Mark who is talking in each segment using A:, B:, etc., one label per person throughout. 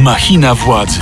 A: Machina władzy.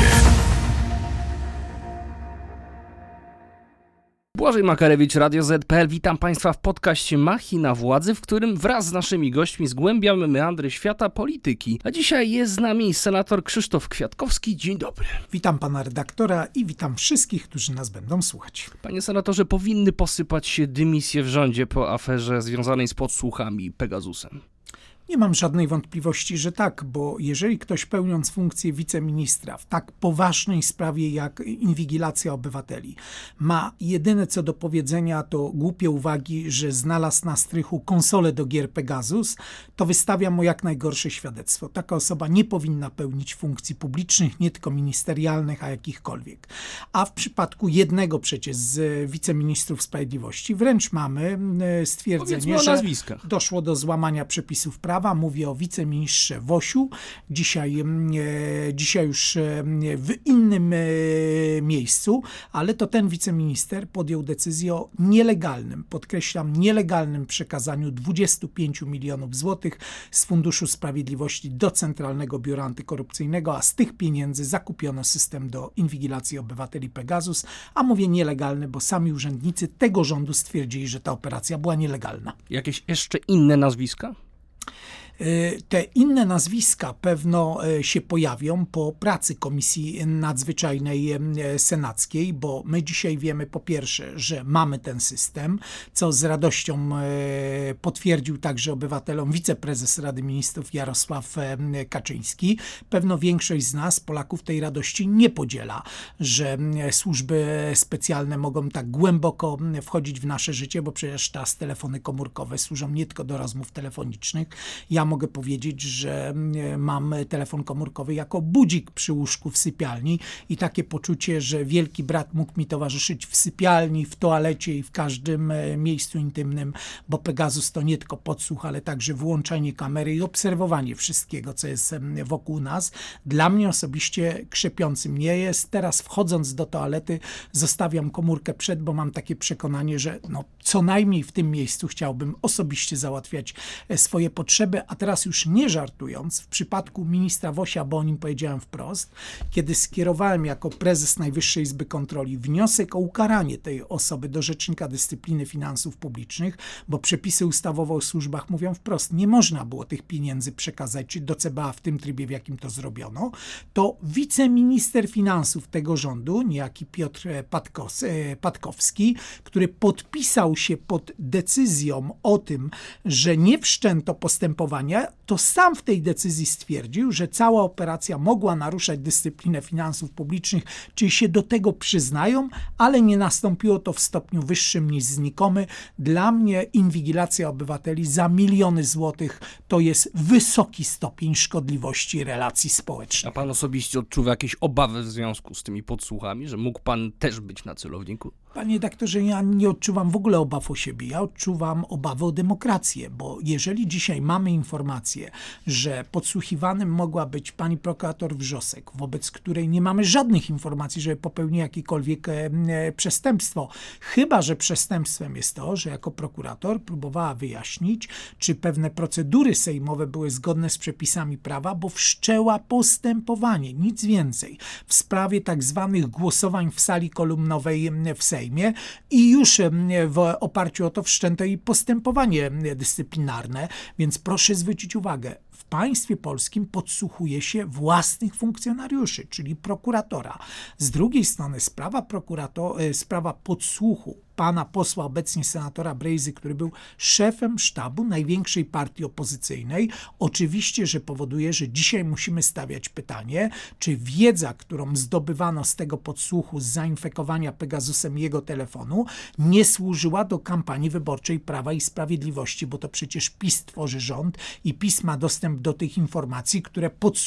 B: Błażej Makarewicz, Radio Z.pl. Witam Państwa w podcaście Machina Władzy, w którym wraz z naszymi gośćmi zgłębiamy meandry świata polityki. A dzisiaj jest z nami senator Krzysztof Kwiatkowski. Dzień dobry.
C: Witam pana redaktora i witam wszystkich, którzy nas będą słuchać.
B: Panie senatorze, powinny posypać się dymisje w rządzie po aferze związanej z podsłuchami Pegasusem.
C: Nie mam żadnej wątpliwości, że tak, bo jeżeli ktoś pełniąc funkcję wiceministra w tak poważnej sprawie jak inwigilacja obywateli ma jedyne co do powiedzenia to głupie uwagi, że znalazł na strychu konsolę do gier Pegasus, to wystawiam mu jak najgorsze świadectwo. Taka osoba nie powinna pełnić funkcji publicznych, nie tylko ministerialnych, a jakichkolwiek. A w przypadku jednego przecież z wiceministrów sprawiedliwości wręcz mamy stwierdzenie, że doszło do złamania przepisów prawa. Mówię o wiceministrze Wosiu, dzisiaj już w innym miejscu, ale to ten wiceminister podjął decyzję o nielegalnym, podkreślam, nielegalnym przekazaniu 25 milionów złotych z Funduszu Sprawiedliwości do Centralnego Biura Antykorupcyjnego, a z tych pieniędzy zakupiono system do inwigilacji obywateli Pegasus, a mówię nielegalny, bo sami urzędnicy tego rządu stwierdzili, że ta operacja była nielegalna.
B: Jakieś jeszcze inne nazwiska?
C: Te inne nazwiska pewno się pojawią po pracy Komisji Nadzwyczajnej Senackiej, bo my dzisiaj wiemy po pierwsze, że mamy ten system, co z radością potwierdził także obywatelom wiceprezes Rady Ministrów Jarosław Kaczyński. Pewno większość z nas, Polaków, tej radości nie podziela, że służby specjalne mogą tak głęboko wchodzić w nasze życie, bo przecież teraz telefony komórkowe służą nie tylko do rozmów telefonicznych. Ja mogę powiedzieć, że mam telefon komórkowy jako budzik przy łóżku w sypialni i takie poczucie, że wielki brat mógł mi towarzyszyć w sypialni, w toalecie i w każdym miejscu intymnym, bo Pegasus to nie tylko podsłuch, ale także włączanie kamery i obserwowanie wszystkiego, co jest wokół nas. Dla mnie osobiście krzepiącym nie jest. Teraz wchodząc do toalety zostawiam komórkę przed, bo mam takie przekonanie, że co najmniej w tym miejscu chciałbym osobiście załatwiać swoje potrzeby, a teraz już nie żartując, w przypadku ministra Wosia, bo o nim powiedziałem wprost, kiedy skierowałem jako prezes Najwyższej Izby Kontroli wniosek o ukaranie tej osoby do Rzecznika Dyscypliny Finansów Publicznych, bo przepisy ustawowe o służbach mówią wprost, nie można było tych pieniędzy przekazać czy do CBA w tym trybie, w jakim to zrobiono, to wiceminister finansów tego rządu, niejaki Piotr Patkowski, który podpisał się pod decyzją o tym, że nie wszczęto postępowania, to sam w tej decyzji stwierdził, że cała operacja mogła naruszać dyscyplinę finansów publicznych, czyli się do tego przyznają, ale nie nastąpiło to w stopniu wyższym niż znikomy. Dla mnie inwigilacja obywateli za miliony złotych to jest wysoki stopień szkodliwości relacji społecznych.
B: A pan osobiście odczuwa jakieś obawy w związku z tymi podsłuchami, że mógł pan też być na celowniku?
C: Panie redaktorze, ja nie odczuwam w ogóle obaw o siebie. Ja odczuwam obawy o demokrację, bo jeżeli dzisiaj mamy informację, że podsłuchiwanym mogła być pani prokurator Wrzosek, wobec której nie mamy żadnych informacji, że popełni jakiekolwiek przestępstwo. Chyba że przestępstwem jest to, że jako prokurator próbowała wyjaśnić, czy pewne procedury sejmowe były zgodne z przepisami prawa, bo wszczęła postępowanie, nic więcej, w sprawie tak zwanych głosowań w sali kolumnowej w Sejmie i już w oparciu o to wszczęto jej postępowanie dyscyplinarne, więc proszę zwrócić uwagę, w państwie polskim podsłuchuje się własnych funkcjonariuszy, czyli prokuratora. Z drugiej strony sprawa podsłuchu pana posła, obecnie senatora Brejzy, który był szefem sztabu największej partii opozycyjnej, oczywiście, że powoduje, że dzisiaj musimy stawiać pytanie, czy wiedza, którą zdobywano z tego podsłuchu, z zainfekowania Pegasusem jego telefonu, nie służyła do kampanii wyborczej Prawa i Sprawiedliwości, bo to przecież PiS tworzy rząd i PiS ma dostęp do tych informacji, które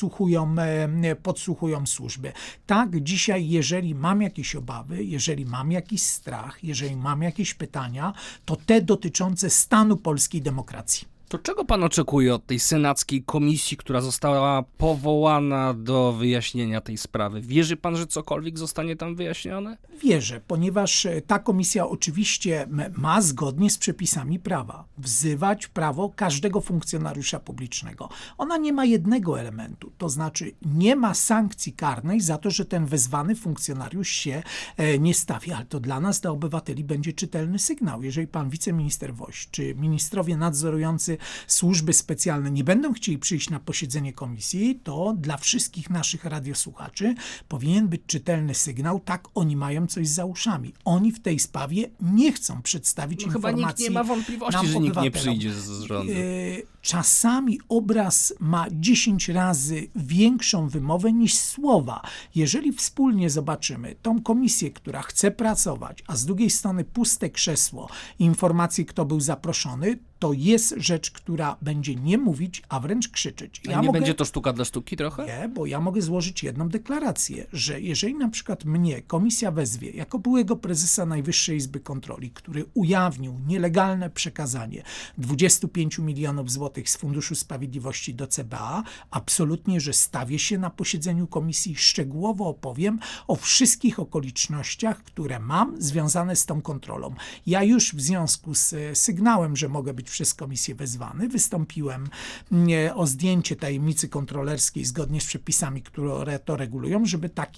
C: podsłuchują służby. Tak, dzisiaj, jeżeli mam jakieś obawy, jeżeli mam jakiś strach, jeżeli mam jakieś pytania, to te dotyczące stanu polskiej demokracji.
B: To czego pan oczekuje od tej senackiej komisji, która została powołana do wyjaśnienia tej sprawy? Wierzy pan, że cokolwiek zostanie tam wyjaśnione?
C: Wierzę, ponieważ ta komisja oczywiście ma zgodnie z przepisami prawa wzywać prawo każdego funkcjonariusza publicznego. Ona nie ma jednego elementu, to znaczy nie ma sankcji karnej za to, że ten wezwany funkcjonariusz się nie stawi, ale to dla nas, dla obywateli będzie czytelny sygnał. Jeżeli pan wiceminister Woś czy ministrowie nadzorujący służby specjalne nie będą chcieli przyjść na posiedzenie komisji, to dla wszystkich naszych radiosłuchaczy powinien być czytelny sygnał, tak, oni mają coś za uszami. Oni w tej sprawie nie chcą przedstawić informacji.
B: Chyba nikt nie ma wątpliwości, że nikt nie przyjdzie z rządu.
C: Czasami obraz ma 10 razy większą wymowę niż słowa. Jeżeli wspólnie zobaczymy tą komisję, która chce pracować, a z drugiej strony puste krzesło, informacje, kto był zaproszony, to jest rzecz, która będzie nie mówić, a wręcz krzyczeć.
B: Będzie to sztuka dla sztuki trochę?
C: Nie, bo ja mogę złożyć jedną deklarację, że jeżeli na przykład mnie komisja wezwie jako byłego prezesa Najwyższej Izby Kontroli, który ujawnił nielegalne przekazanie 25 milionów złotych z Funduszu Sprawiedliwości do CBA, absolutnie, że stawię się na posiedzeniu komisji i szczegółowo opowiem o wszystkich okolicznościach, które mam związane z tą kontrolą. Ja już w związku z sygnałem, że mogę być przez komisję wezwany, wystąpiłem o zdjęcie tajemnicy kontrolerskiej zgodnie z przepisami, które to regulują, żebym takie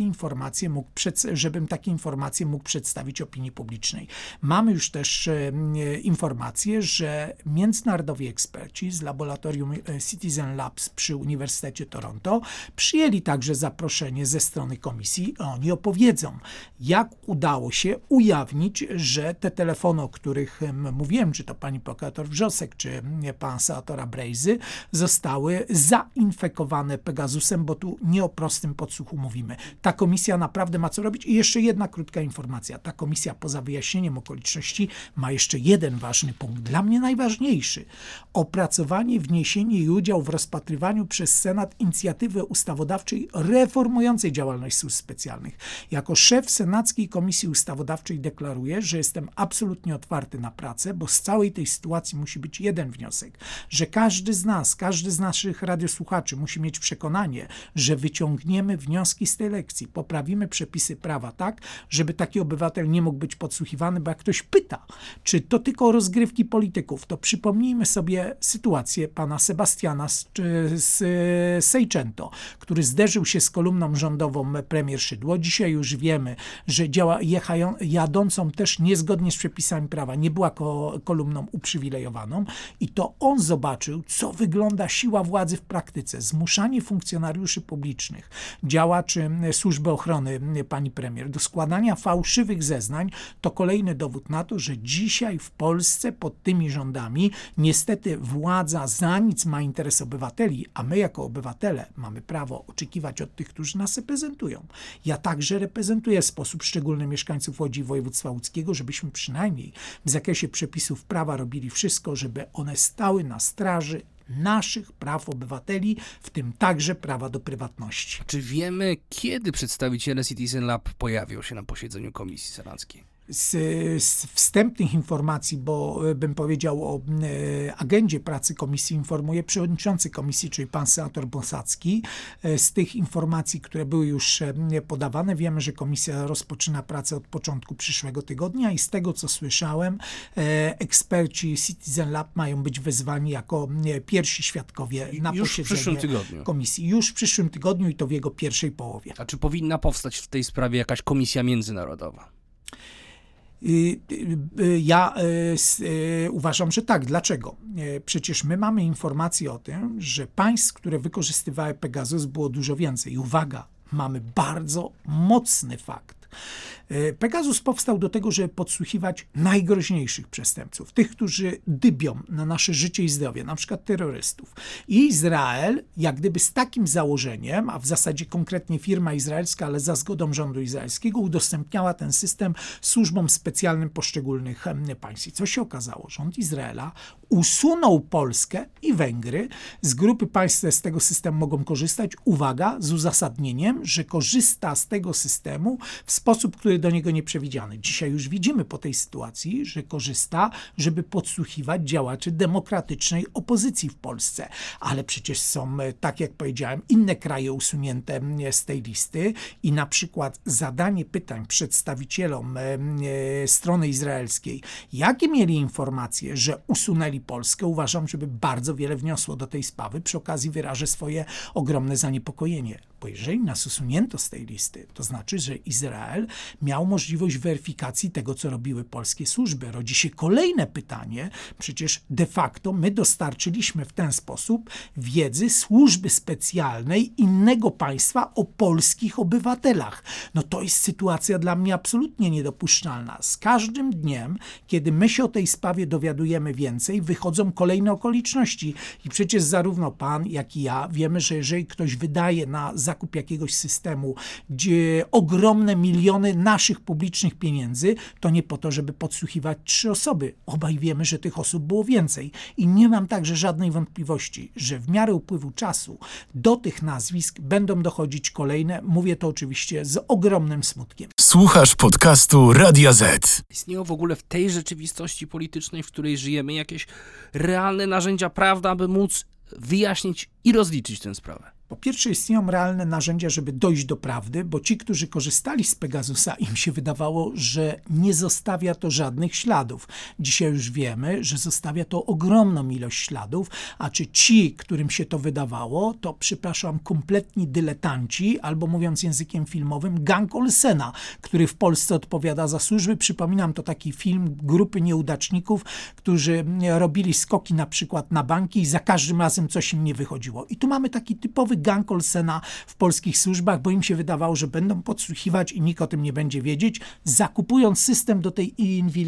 C: informacje mógł przedstawić opinii publicznej. Mamy już też informację, że międzynarodowi eksperci z laboratorium Citizen Labs przy Uniwersytecie Toronto przyjęli także zaproszenie ze strony komisji. Oni opowiedzą, jak udało się ujawnić, że te telefony, o których mówiłem, czy to pani prokurator Wrzosek, czy pan senatora Brejzy, zostały zainfekowane Pegasusem, bo tu nie o prostym podsłuchu mówimy. Ta komisja naprawdę ma co robić. I jeszcze jedna krótka informacja. Ta komisja poza wyjaśnieniem okoliczności ma jeszcze jeden ważny punkt, dla mnie najważniejszy. Opracowanie, wniesienie i udział w rozpatrywaniu przez Senat inicjatywy ustawodawczej reformującej działalność służb specjalnych. Jako szef Senackiej Komisji Ustawodawczej deklaruję, że jestem absolutnie otwarty na pracę, bo z całej tej sytuacji musi być jeden wniosek, że każdy z nas, każdy z naszych radiosłuchaczy musi mieć przekonanie, że wyciągniemy wnioski z tej lekcji, poprawimy przepisy prawa tak, żeby taki obywatel nie mógł być podsłuchiwany, bo jak ktoś pyta, czy to tylko rozgrywki polityków, to przypomnijmy sobie sytuację pana Sebastiana z Seicento, który zderzył się z kolumną rządową premier Szydło. Dzisiaj już wiemy, że jadącą też niezgodnie z przepisami prawa, nie była kolumną uprzywilejowaną i to on zobaczył, co wygląda siła władzy w praktyce. Zmuszanie funkcjonariuszy publicznych, działaczy służby ochrony pani premier do składania fałszywych zeznań to kolejny dowód na to, że dzisiaj w Polsce pod tymi rządami niestety władza za nic ma interes obywateli, a my jako obywatele mamy prawo oczekiwać od tych, którzy nas reprezentują. Ja także reprezentuję w sposób szczególny mieszkańców Łodzi i województwa łódzkiego, żebyśmy przynajmniej w zakresie przepisów prawa robili wszystko, żeby one stały na straży naszych praw obywateli, w tym także prawa do prywatności.
B: Czy wiemy, kiedy przedstawiciele Citizen Lab pojawią się na posiedzeniu Komisji Senackiej?
C: Z wstępnych informacji, bo bym powiedział o agendzie pracy komisji informuje przewodniczący komisji, czyli pan senator Bosacki. Z tych informacji, które były już podawane, wiemy, że komisja rozpoczyna pracę od początku przyszłego tygodnia i z tego, co słyszałem, eksperci Citizen Lab mają być wezwani jako pierwsi świadkowie na posiedzenie komisji. Już w przyszłym tygodniu i to w jego pierwszej połowie.
B: A czy powinna powstać w tej sprawie jakaś komisja międzynarodowa?
C: Ja uważam, że tak. Dlaczego? Przecież my mamy informacje o tym, że państw, które wykorzystywały Pegasus, było dużo więcej. I uwaga, mamy bardzo mocny fakt. Pegasus powstał do tego, żeby podsłuchiwać najgroźniejszych przestępców, tych, którzy dybią na nasze życie i zdrowie, na przykład terrorystów. I Izrael, jak gdyby z takim założeniem, a w zasadzie konkretnie firma izraelska, ale za zgodą rządu izraelskiego, udostępniała ten system służbom specjalnym poszczególnych państw. I co się okazało? Rząd Izraela usunął Polskę i Węgry z grupy państw, które z tego systemu mogą korzystać, uwaga, z uzasadnieniem, że korzysta z tego systemu w sposób, który do niego nie przewidziany. Dzisiaj już widzimy po tej sytuacji, że korzysta, żeby podsłuchiwać działaczy demokratycznej opozycji w Polsce. Ale przecież są, tak jak powiedziałem, inne kraje usunięte z tej listy i na przykład zadanie pytań przedstawicielom strony izraelskiej, jakie mieli informacje, że usunęli Polskę, uważam, żeby bardzo wiele wniosło do tej sprawy. Przy okazji wyrażę swoje ogromne zaniepokojenie. Bo jeżeli nas usunięto z tej listy, to znaczy, że Izrael miał możliwość weryfikacji tego, co robiły polskie służby. Rodzi się kolejne pytanie. Przecież de facto my dostarczyliśmy w ten sposób wiedzy służby specjalnej innego państwa o polskich obywatelach. No to jest sytuacja dla mnie absolutnie niedopuszczalna. Z każdym dniem, kiedy my się o tej sprawie dowiadujemy więcej, wychodzą kolejne okoliczności. I przecież zarówno pan, jak i ja wiemy, że jeżeli ktoś wydaje na zakup jakiegoś systemu, gdzie ogromne miliony naszych publicznych pieniędzy, to nie po to, żeby podsłuchiwać 3 osoby. Obaj wiemy, że tych osób było więcej. I nie mam także żadnej wątpliwości, że w miarę upływu czasu do tych nazwisk będą dochodzić kolejne. Mówię to oczywiście z ogromnym smutkiem.
A: Słuchasz podcastu Radia Z.
B: Istnieją w ogóle w tej rzeczywistości politycznej, w której żyjemy, jakieś realne narzędzia prawda, aby móc wyjaśnić i rozliczyć tę sprawę?
C: Po pierwsze, istnieją realne narzędzia, żeby dojść do prawdy, bo ci, którzy korzystali z Pegasusa, im się wydawało, że nie zostawia to żadnych śladów. Dzisiaj już wiemy, że zostawia to ogromną ilość śladów, a czy ci, którym się to wydawało, to przepraszam, kompletni dyletanci, albo mówiąc językiem filmowym, gang Olsena, który w Polsce odpowiada za służby. Przypominam, to taki film grupy nieudaczników, którzy robili skoki na przykład na banki i za każdym razem coś im nie wychodziło. I tu mamy taki typowy gang Olsena w polskich służbach, bo im się wydawało, że będą podsłuchiwać i nikt o tym nie będzie wiedzieć, zakupując system do tej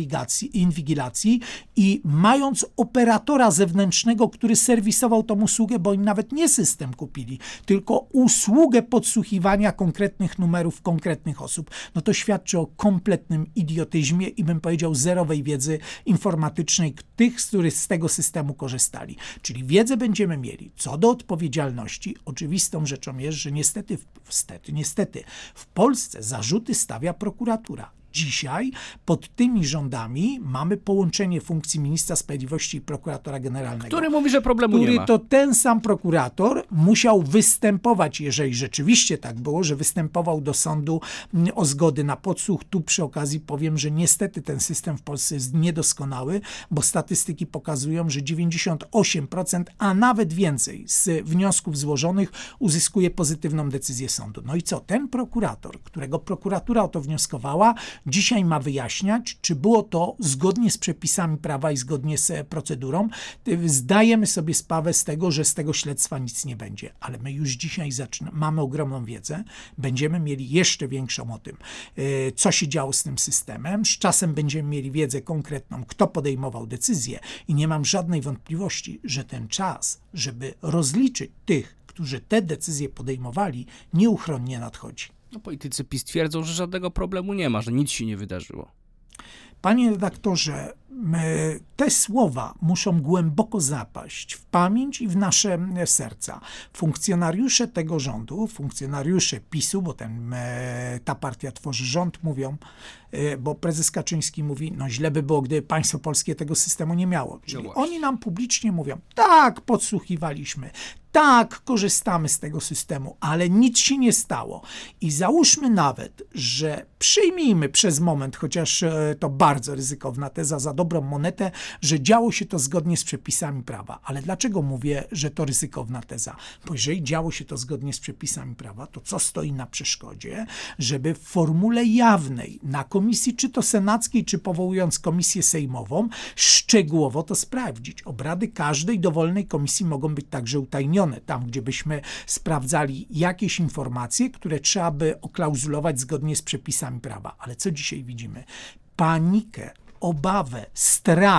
C: inwigilacji i mając operatora zewnętrznego, który serwisował tą usługę, bo im nawet nie system kupili, tylko usługę podsłuchiwania konkretnych numerów, konkretnych osób. No to świadczy o kompletnym idiotyzmie i bym powiedział zerowej wiedzy informatycznej tych, którzy z tego systemu korzystali. Czyli wiedzę będziemy mieli. Co do odpowiedzialności, oczywistą rzeczą jest, że niestety w Polsce zarzuty stawia prokuratura. Dzisiaj pod tymi rządami mamy połączenie funkcji ministra sprawiedliwości i prokuratora generalnego.
B: Który mówi, że problemu nie ma.
C: To ten sam prokurator musiał występować, jeżeli rzeczywiście tak było, że występował do sądu o zgodę na podsłuch. Tu przy okazji powiem, że niestety ten system w Polsce jest niedoskonały, bo statystyki pokazują, że 98%, a nawet więcej z wniosków złożonych uzyskuje pozytywną decyzję sądu. No i co? Ten prokurator, którego prokuratura o to wnioskowała, dzisiaj ma wyjaśniać, czy było to zgodnie z przepisami prawa i zgodnie z procedurą. Zdajemy sobie sprawę z tego, że z tego śledztwa nic nie będzie, ale my już dzisiaj mamy ogromną wiedzę, będziemy mieli jeszcze większą o tym, co się działo z tym systemem. Z czasem będziemy mieli wiedzę konkretną, kto podejmował decyzję i nie mam żadnej wątpliwości, że ten czas, żeby rozliczyć tych, którzy te decyzje podejmowali, nieuchronnie nadchodzi.
B: No, politycy PiS twierdzą, że żadnego problemu nie ma, że nic się nie wydarzyło.
C: Panie redaktorze, te słowa muszą głęboko zapaść w pamięć i w nasze serca. Funkcjonariusze tego rządu, funkcjonariusze PiS-u, bo ta partia tworzy rząd, mówią, bo prezes Kaczyński mówi, no źle by było, gdyby państwo polskie tego systemu nie miało. Czyli oni nam publicznie mówią, tak, podsłuchiwaliśmy, tak, korzystamy z tego systemu, ale nic się nie stało. I załóżmy nawet, że przyjmijmy przez moment, chociaż to bardzo ryzykowna teza, za dobrą monetę, że działo się to zgodnie z przepisami prawa. Ale dlaczego mówię, że to ryzykowna teza? Bo jeżeli działo się to zgodnie z przepisami prawa, to co stoi na przeszkodzie, żeby w formule jawnej na komisji, czy to senackiej, czy powołując komisję sejmową, szczegółowo to sprawdzić. Obrady każdej dowolnej komisji mogą być także utajnione, tam gdzie byśmy sprawdzali jakieś informacje, które trzeba by oklauzulować zgodnie z przepisami prawa. Ale co dzisiaj widzimy? Panikę, obawę, strach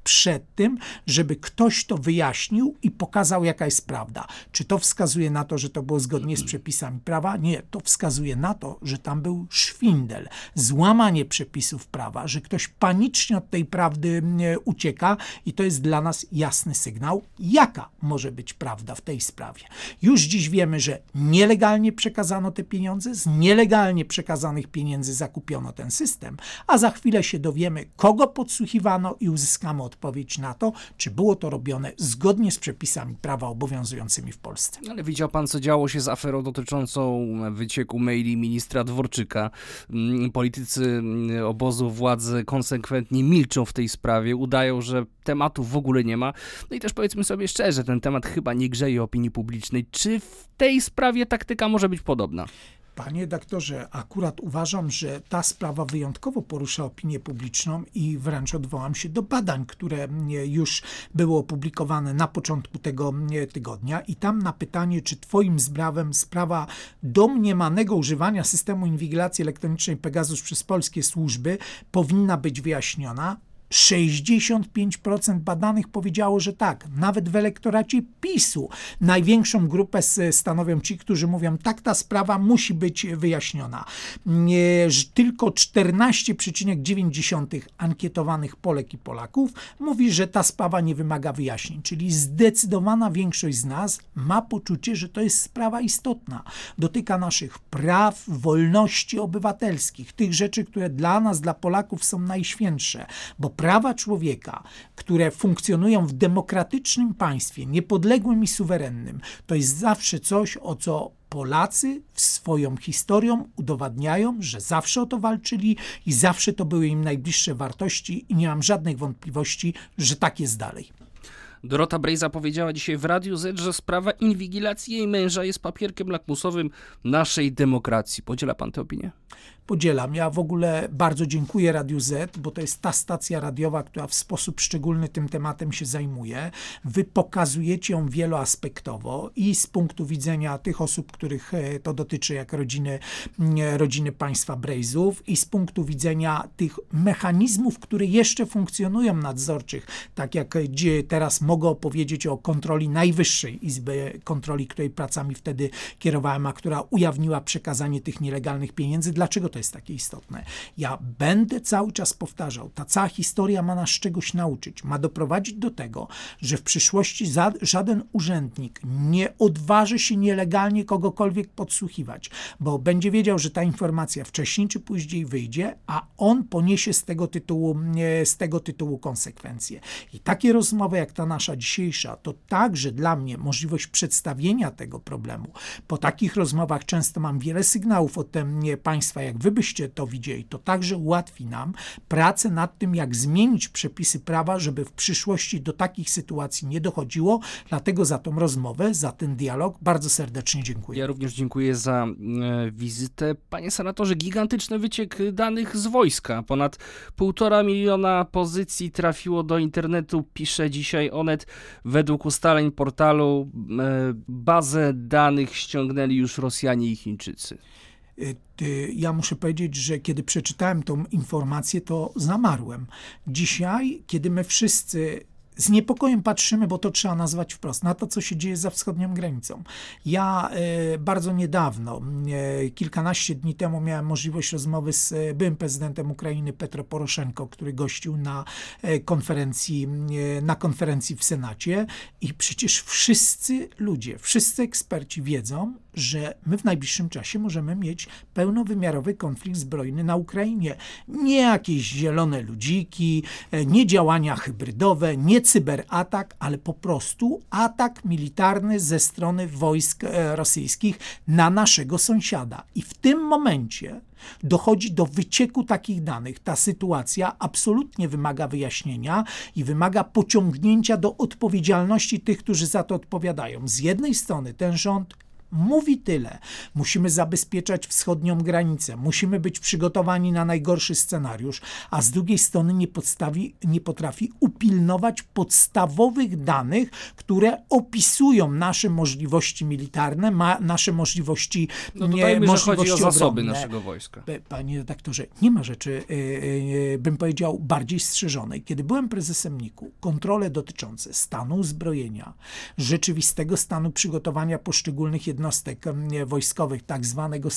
C: przed tym, żeby ktoś to wyjaśnił i pokazał, jaka jest prawda. Czy to wskazuje na to, że to było zgodnie z przepisami prawa? Nie, to wskazuje na to, że tam był szwindel, złamanie przepisów prawa, że ktoś panicznie od tej prawdy ucieka i to jest dla nas jasny sygnał, jaka może być prawda w tej sprawie. Już dziś wiemy, że nielegalnie przekazano te pieniądze, z nielegalnie przekazanych pieniędzy zakupiono ten system, a za chwilę się dowiemy, kogo podsłuchiwano i uzyskamy odpowiedź na to, czy było to robione zgodnie z przepisami prawa obowiązującymi w Polsce.
B: Ale widział pan, co działo się z aferą dotyczącą wycieku maili ministra Dworczyka. Politycy obozu władzy konsekwentnie milczą w tej sprawie, udają, że tematu w ogóle nie ma. No i też powiedzmy sobie szczerze, ten temat chyba nie grzeje opinii publicznej. Czy w tej sprawie taktyka może być podobna?
C: Panie doktorze, akurat uważam, że ta sprawa wyjątkowo porusza opinię publiczną i wręcz odwołam się do badań, które już były opublikowane na początku tego tygodnia i tam na pytanie, czy twoim zdaniem sprawa domniemanego używania systemu inwigilacji elektronicznej Pegasus przez polskie służby powinna być wyjaśniona, 65% badanych powiedziało, że tak. Nawet w elektoracie PiS-u największą grupę stanowią ci, którzy mówią, tak, ta sprawa musi być wyjaśniona. Tylko 14,9% ankietowanych Polek i Polaków mówi, że ta sprawa nie wymaga wyjaśnień. Czyli zdecydowana większość z nas ma poczucie, że to jest sprawa istotna. Dotyka naszych praw, wolności obywatelskich, tych rzeczy, które dla nas, dla Polaków są najświętsze, bo prawa człowieka, które funkcjonują w demokratycznym państwie, niepodległym i suwerennym, to jest zawsze coś, o co Polacy swoją historią udowadniają, że zawsze o to walczyli i zawsze to były im najbliższe wartości i nie mam żadnych wątpliwości, że tak jest dalej.
B: Dorota Brejza powiedziała dzisiaj w Radiu Z, że sprawa inwigilacji jej męża jest papierkiem lakmusowym naszej demokracji. Podziela pan tę opinię?
C: Podzielam. Ja w ogóle bardzo dziękuję Radiu Z, bo to jest ta stacja radiowa, która w sposób szczególny tym tematem się zajmuje. Wy pokazujecie ją wieloaspektowo i z punktu widzenia tych osób, których to dotyczy, jak rodziny państwa Brejzów, i z punktu widzenia tych mechanizmów, które jeszcze funkcjonują nadzorczych, tak jak teraz mogę opowiedzieć o kontroli Najwyższej Izby Kontroli, której pracami wtedy kierowałem, a która ujawniła przekazanie tych nielegalnych pieniędzy. Dlaczego to jest takie istotne? Ja będę cały czas powtarzał, ta cała historia ma nas czegoś nauczyć. Ma doprowadzić do tego, że w przyszłości żaden urzędnik nie odważy się nielegalnie kogokolwiek podsłuchiwać, bo będzie wiedział, że ta informacja wcześniej czy później wyjdzie, a on poniesie z tego tytułu konsekwencje. I takie rozmowy jak ta nasza dzisiejsza, to także dla mnie możliwość przedstawienia tego problemu. Po takich rozmowach często mam wiele sygnałów od państwa, jak wy byście to widzieli, to także ułatwi nam pracę nad tym, jak zmienić przepisy prawa, żeby w przyszłości do takich sytuacji nie dochodziło. Dlatego za tą rozmowę, za ten dialog bardzo serdecznie dziękuję.
B: Ja również dziękuję za wizytę. Panie senatorze, gigantyczny wyciek danych z wojska. Ponad 1,5 miliona pozycji trafiło do internetu, pisze dzisiaj Onet. Według ustaleń portalu bazę danych ściągnęli już Rosjanie i Chińczycy.
C: Ja muszę powiedzieć, że kiedy przeczytałem tą informację, to zamarłem. Dzisiaj, kiedy my wszyscy z niepokojem patrzymy, bo to trzeba nazwać wprost, na to, co się dzieje za wschodnią granicą. Ja bardzo niedawno, kilkanaście dni temu, miałem możliwość rozmowy z byłym prezydentem Ukrainy Petro Poroszenko, który gościł na konferencji w Senacie i przecież wszyscy ludzie, wszyscy eksperci wiedzą, że my w najbliższym czasie możemy mieć pełnowymiarowy konflikt zbrojny na Ukrainie. Nie jakieś zielone ludziki, nie działania hybrydowe, nie cyberatak, ale po prostu atak militarny ze strony wojsk rosyjskich na naszego sąsiada. I w tym momencie dochodzi do wycieku takich danych. Ta sytuacja absolutnie wymaga wyjaśnienia i wymaga pociągnięcia do odpowiedzialności tych, którzy za to odpowiadają. Z jednej strony ten rząd mówi tyle. Musimy zabezpieczać wschodnią granicę, musimy być przygotowani na najgorszy scenariusz, a z drugiej strony nie potrafi upilnować podstawowych danych, które opisują nasze możliwości militarne, nasze możliwości
B: dodajmy, że chodzi o zasoby
C: obronne.
B: naszego wojska.
C: Panie redaktorze, nie ma rzeczy, bym powiedział, bardziej strzeżonej. Kiedy byłem prezesem NIK-u, kontrole dotyczące stanu uzbrojenia, rzeczywistego stanu przygotowania poszczególnych jednostek wojskowych, tak zwanego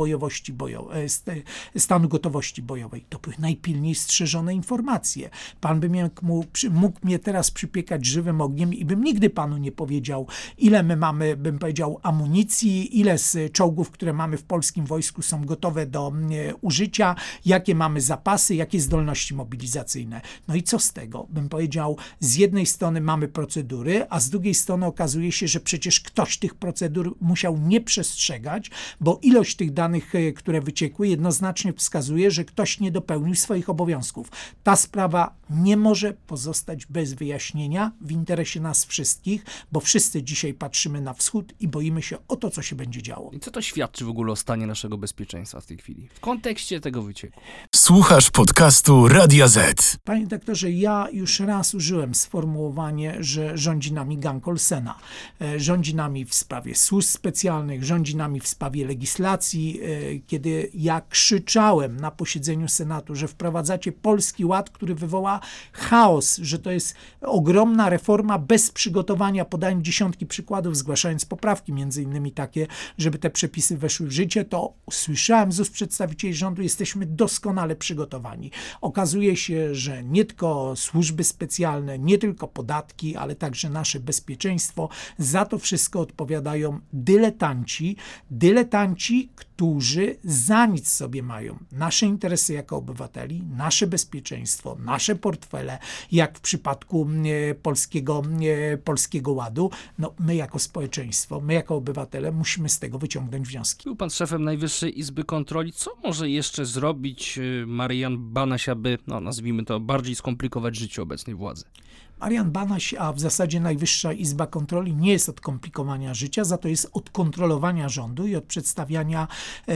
C: stanu gotowości bojowej, to były najpilniej strzeżone informacje. Pan by mógł mnie teraz przypiekać żywym ogniem i bym nigdy panu nie powiedział, ile my mamy, bym powiedział, amunicji, ile z czołgów, które mamy w polskim wojsku, są gotowe do użycia, jakie mamy zapasy, jakie zdolności mobilizacyjne. No i co z tego? Bym powiedział, z jednej strony mamy procedury, a z drugiej strony okazuje się, że przecież ktoś tych procedur musiał nie przestrzegać, bo ilość tych danych, które wyciekły, jednoznacznie wskazuje, że ktoś nie dopełnił swoich obowiązków. Ta sprawa nie może pozostać bez wyjaśnienia w interesie nas wszystkich, bo wszyscy dzisiaj patrzymy na wschód i boimy się o to, co się będzie działo.
B: I co to świadczy w ogóle o stanie naszego bezpieczeństwa w tej chwili? W kontekście tego wycieku.
A: Słuchasz podcastu Radia Z.
C: Panie doktorze, ja już raz użyłem sformułowania, że rządzi nami gang Olsena. Rządzi nami w sprawie służb specjalnych, rządzi nami w sprawie legislacji. Kiedy ja krzyczałem na posiedzeniu Senatu, że wprowadzacie Polski Ład, który wywoła chaos, że to jest ogromna reforma bez przygotowania, podałem dziesiątki przykładów, zgłaszając poprawki, między innymi takie, żeby te przepisy weszły w życie, to usłyszałem z ust przedstawicieli rządu, jesteśmy doskonale przygotowani. Okazuje się, że nie tylko służby specjalne, nie tylko podatki, ale także nasze bezpieczeństwo, za to wszystko odpowiadają dyletanci, którzy za nic sobie mają nasze interesy jako obywateli, nasze bezpieczeństwo, nasze portfele, jak w przypadku Polskiego Ładu. No, my jako społeczeństwo, my jako obywatele musimy z tego wyciągnąć wnioski.
B: Był pan szefem Najwyższej Izby Kontroli. Co może jeszcze zrobić Marian Banaś, aby, nazwijmy to, bardziej skomplikować życie obecnej władzy?
C: Marian Banaś, a w zasadzie Najwyższa Izba Kontroli nie jest od komplikowania życia, za to jest od kontrolowania rządu i od przedstawiania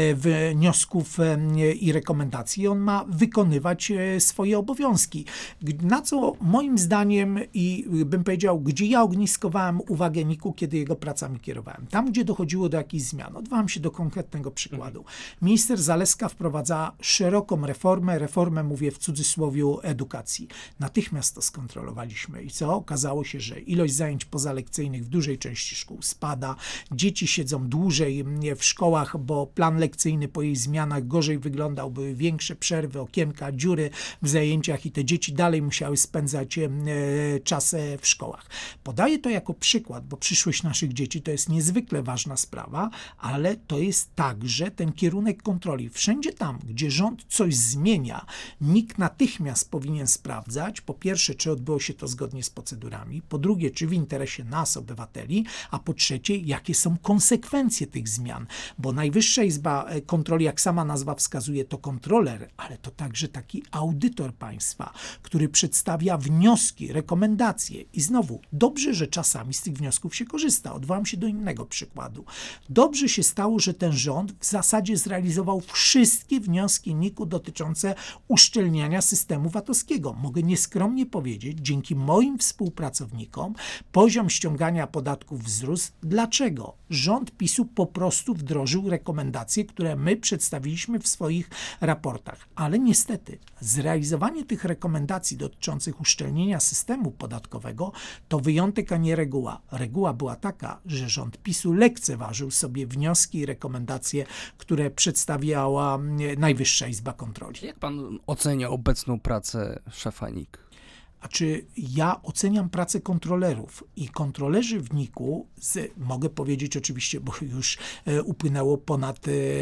C: wniosków i rekomendacji. On ma wykonywać swoje obowiązki. Na co moim zdaniem i bym powiedział, gdzie ja ogniskowałem uwagę NIK-u, kiedy jego pracami kierowałem. Tam, gdzie dochodziło do jakichś zmian. Odwołam się do konkretnego przykładu. Minister Zalewska wprowadza szeroką reformę mówię w cudzysłowie, edukacji. Natychmiast to skontrolowaliśmy. I co? Okazało się, że ilość zajęć pozalekcyjnych w dużej części szkół spada. Dzieci siedzą dłużej w szkołach, bo plan lekcyjny po jej zmianach gorzej wyglądał. Były większe przerwy, okienka, dziury w zajęciach i te dzieci dalej musiały spędzać czas w szkołach. Podaję to jako przykład, bo przyszłość naszych dzieci to jest niezwykle ważna sprawa, ale to jest także ten kierunek kontroli. Wszędzie tam, gdzie rząd coś zmienia, NIK natychmiast powinien sprawdzać, po pierwsze, czy odbyło się to zgodnie z procedurami, po drugie, czy w interesie nas, obywateli, a po trzecie, jakie są konsekwencje tych zmian, bo Najwyższa Izba Kontroli, jak sama nazwa wskazuje, to kontroler, ale to także taki audytor państwa, który przedstawia wnioski, rekomendacje i znowu, dobrze, że czasami z tych wniosków się korzysta. Odwołam się do innego przykładu. Dobrze się stało, że ten rząd w zasadzie zrealizował wszystkie wnioski NIK-u dotyczące uszczelniania systemu VAT-owskiego. Mogę nieskromnie powiedzieć, dzięki moim współpracownikom poziom ściągania podatków wzrósł. Dlaczego? Rząd PiS-u po prostu wdrożył rekomendacje, które my przedstawiliśmy w swoich raportach. Ale niestety zrealizowanie tych rekomendacji dotyczących uszczelnienia systemu podatkowego to wyjątek, a nie reguła. Reguła była taka, że rząd PiS-u lekceważył sobie wnioski i rekomendacje, które przedstawiała Najwyższa Izba Kontroli.
B: Jak pan ocenia obecną pracę szefa NIK?
C: A czy ja oceniam pracę kontrolerów i kontrolerzy w NIK-u, mogę powiedzieć oczywiście, bo już upłynęło ponad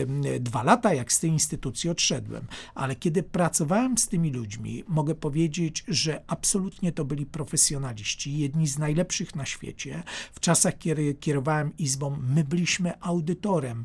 C: 2 lata, jak z tej instytucji odszedłem, ale kiedy pracowałem z tymi ludźmi, mogę powiedzieć, że absolutnie to byli profesjonaliści, jedni z najlepszych na świecie. W czasach, kiedy kierowałem Izbą, my byliśmy audytorem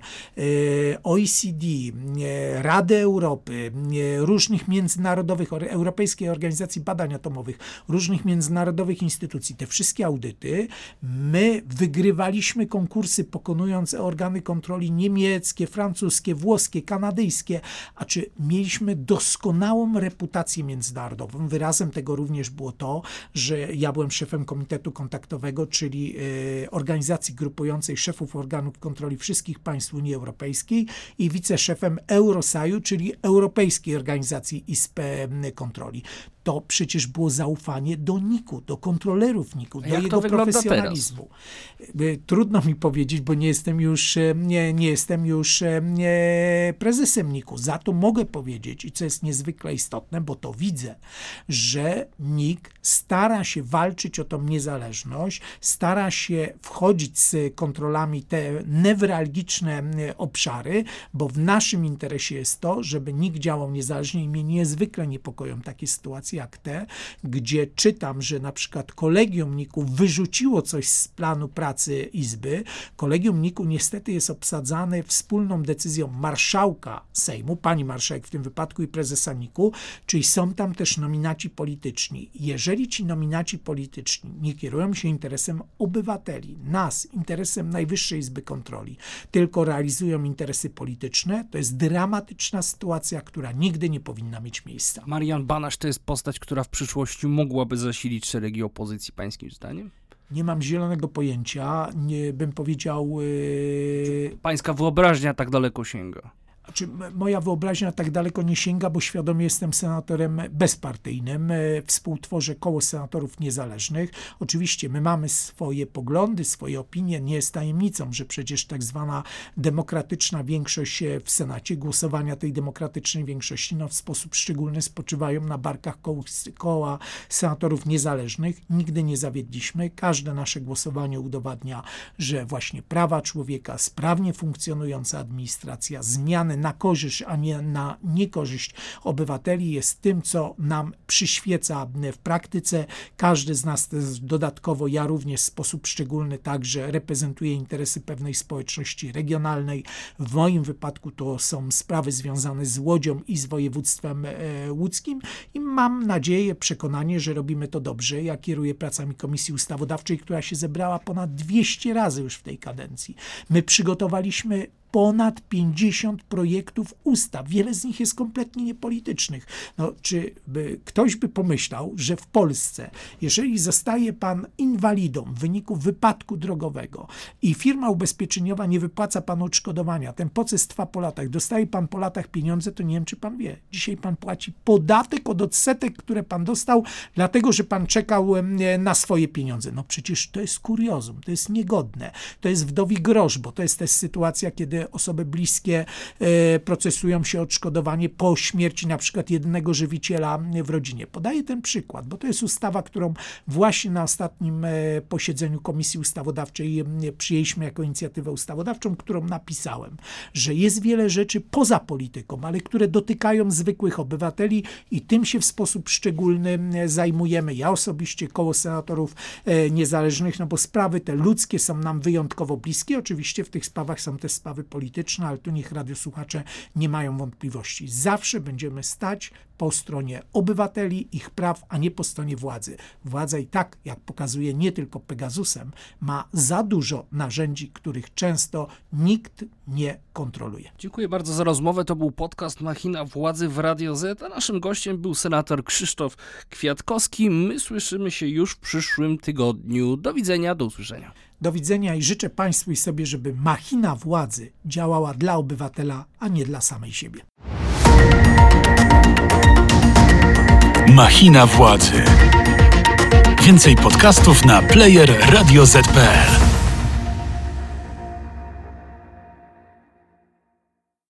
C: OECD, Rady Europy, różnych międzynarodowych, Europejskiej Organizacji Badań Atomowych. różnych międzynarodowych instytucji, te wszystkie audyty, my wygrywaliśmy konkursy, pokonując organy kontroli niemieckie, francuskie, włoskie, kanadyjskie, a czy mieliśmy doskonałą reputację międzynarodową. Wyrazem tego również było to, że ja byłem szefem Komitetu Kontaktowego, czyli organizacji grupującej szefów organów kontroli wszystkich państw Unii Europejskiej i wiceszefem Eurosaju, czyli Europejskiej Organizacji Izb Kontroli. To przecież było zaufanie do NIK-u, do kontrolerów NIK-u, do jego profesjonalizmu. Trudno mi powiedzieć, bo nie jestem już prezesem NIK-u. Za to mogę powiedzieć, i co jest niezwykle istotne, bo to widzę, że NIK stara się walczyć o tą niezależność, stara się wchodzić z kontrolami te newralgiczne obszary, bo w naszym interesie jest to, żeby NIK działał niezależnie i mnie niezwykle niepokoją takie sytuacje jak te, gdzie czytam, że na przykład kolegium NIK-u wyrzuciło coś z planu pracy Izby. Kolegium NIK-u niestety jest obsadzane wspólną decyzją marszałka Sejmu, pani marszałek w tym wypadku i prezesa NIK-u, czyli są tam też nominaci polityczni. Jeżeli ci nominaci polityczni nie kierują się interesem obywateli, nas, interesem Najwyższej Izby Kontroli, tylko realizują interesy polityczne, to jest dramatyczna sytuacja, która nigdy nie powinna mieć miejsca.
B: Marian Banaś to jest postać, która w przyszłości mogłaby zasilić szeregi opozycji, pańskim zdaniem?
C: Nie mam zielonego pojęcia, nie bym powiedział...
B: Pańska wyobraźnia tak daleko sięga?
C: Moja wyobraźnia tak daleko nie sięga, bo świadomie jestem senatorem bezpartyjnym, współtworzę koło senatorów niezależnych. Oczywiście my mamy swoje poglądy, swoje opinie, nie jest tajemnicą, że przecież tak zwana demokratyczna większość w Senacie, głosowania tej demokratycznej większości w sposób szczególny spoczywają na barkach koła senatorów niezależnych. Nigdy nie zawiedliśmy. Każde nasze głosowanie udowadnia, że właśnie prawa człowieka, sprawnie funkcjonująca administracja, zmiany na korzyść, a nie na niekorzyść obywateli jest tym, co nam przyświeca w praktyce. Każdy z nas też dodatkowo, ja również w sposób szczególny także reprezentuję interesy pewnej społeczności regionalnej. W moim wypadku to są sprawy związane z Łodzią i z województwem łódzkim i mam nadzieję, przekonanie, że robimy to dobrze. Ja kieruję pracami Komisji Ustawodawczej, która się zebrała ponad 200 razy już w tej kadencji. My przygotowaliśmy ponad 50 projektów ustaw. Wiele z nich jest kompletnie niepolitycznych. Czy ktoś by pomyślał, że w Polsce, jeżeli zostaje pan inwalidą w wyniku wypadku drogowego i firma ubezpieczeniowa nie wypłaca panu odszkodowania, ten proces trwa po latach, dostaje pan po latach pieniądze, to nie wiem, czy pan wie. Dzisiaj pan płaci podatek od odsetek, które pan dostał, dlatego, że pan czekał na swoje pieniądze. Przecież to jest kuriozum, to jest niegodne. To jest wdowi grosz, bo to jest też sytuacja, kiedy osoby bliskie procesują się odszkodowanie po śmierci na przykład jednego żywiciela w rodzinie. Podaję ten przykład, bo to jest ustawa, którą właśnie na ostatnim posiedzeniu Komisji Ustawodawczej przyjęliśmy jako inicjatywę ustawodawczą, którą napisałem, że jest wiele rzeczy poza polityką, ale które dotykają zwykłych obywateli i tym się w sposób szczególny zajmujemy. Ja osobiście, koło senatorów niezależnych, bo sprawy te ludzkie są nam wyjątkowo bliskie. Oczywiście w tych sprawach są też sprawy polityczne, ale tu niech radiosłuchacze nie mają wątpliwości. Zawsze będziemy stać po stronie obywateli, ich praw, a nie po stronie władzy. Władza i tak, jak pokazuje nie tylko Pegasusem, ma za dużo narzędzi, których często nikt nie kontroluje.
B: Dziękuję bardzo za rozmowę. To był podcast Machina Władzy w Radio Z, a naszym gościem był senator Krzysztof Kwiatkowski. My słyszymy się już w przyszłym tygodniu. Do widzenia, do usłyszenia.
C: Do widzenia i życzę Państwu i sobie, żeby machina władzy działała dla obywatela, a nie dla samej siebie.
A: Machina Władzy. Więcej podcastów na player radioz.pl.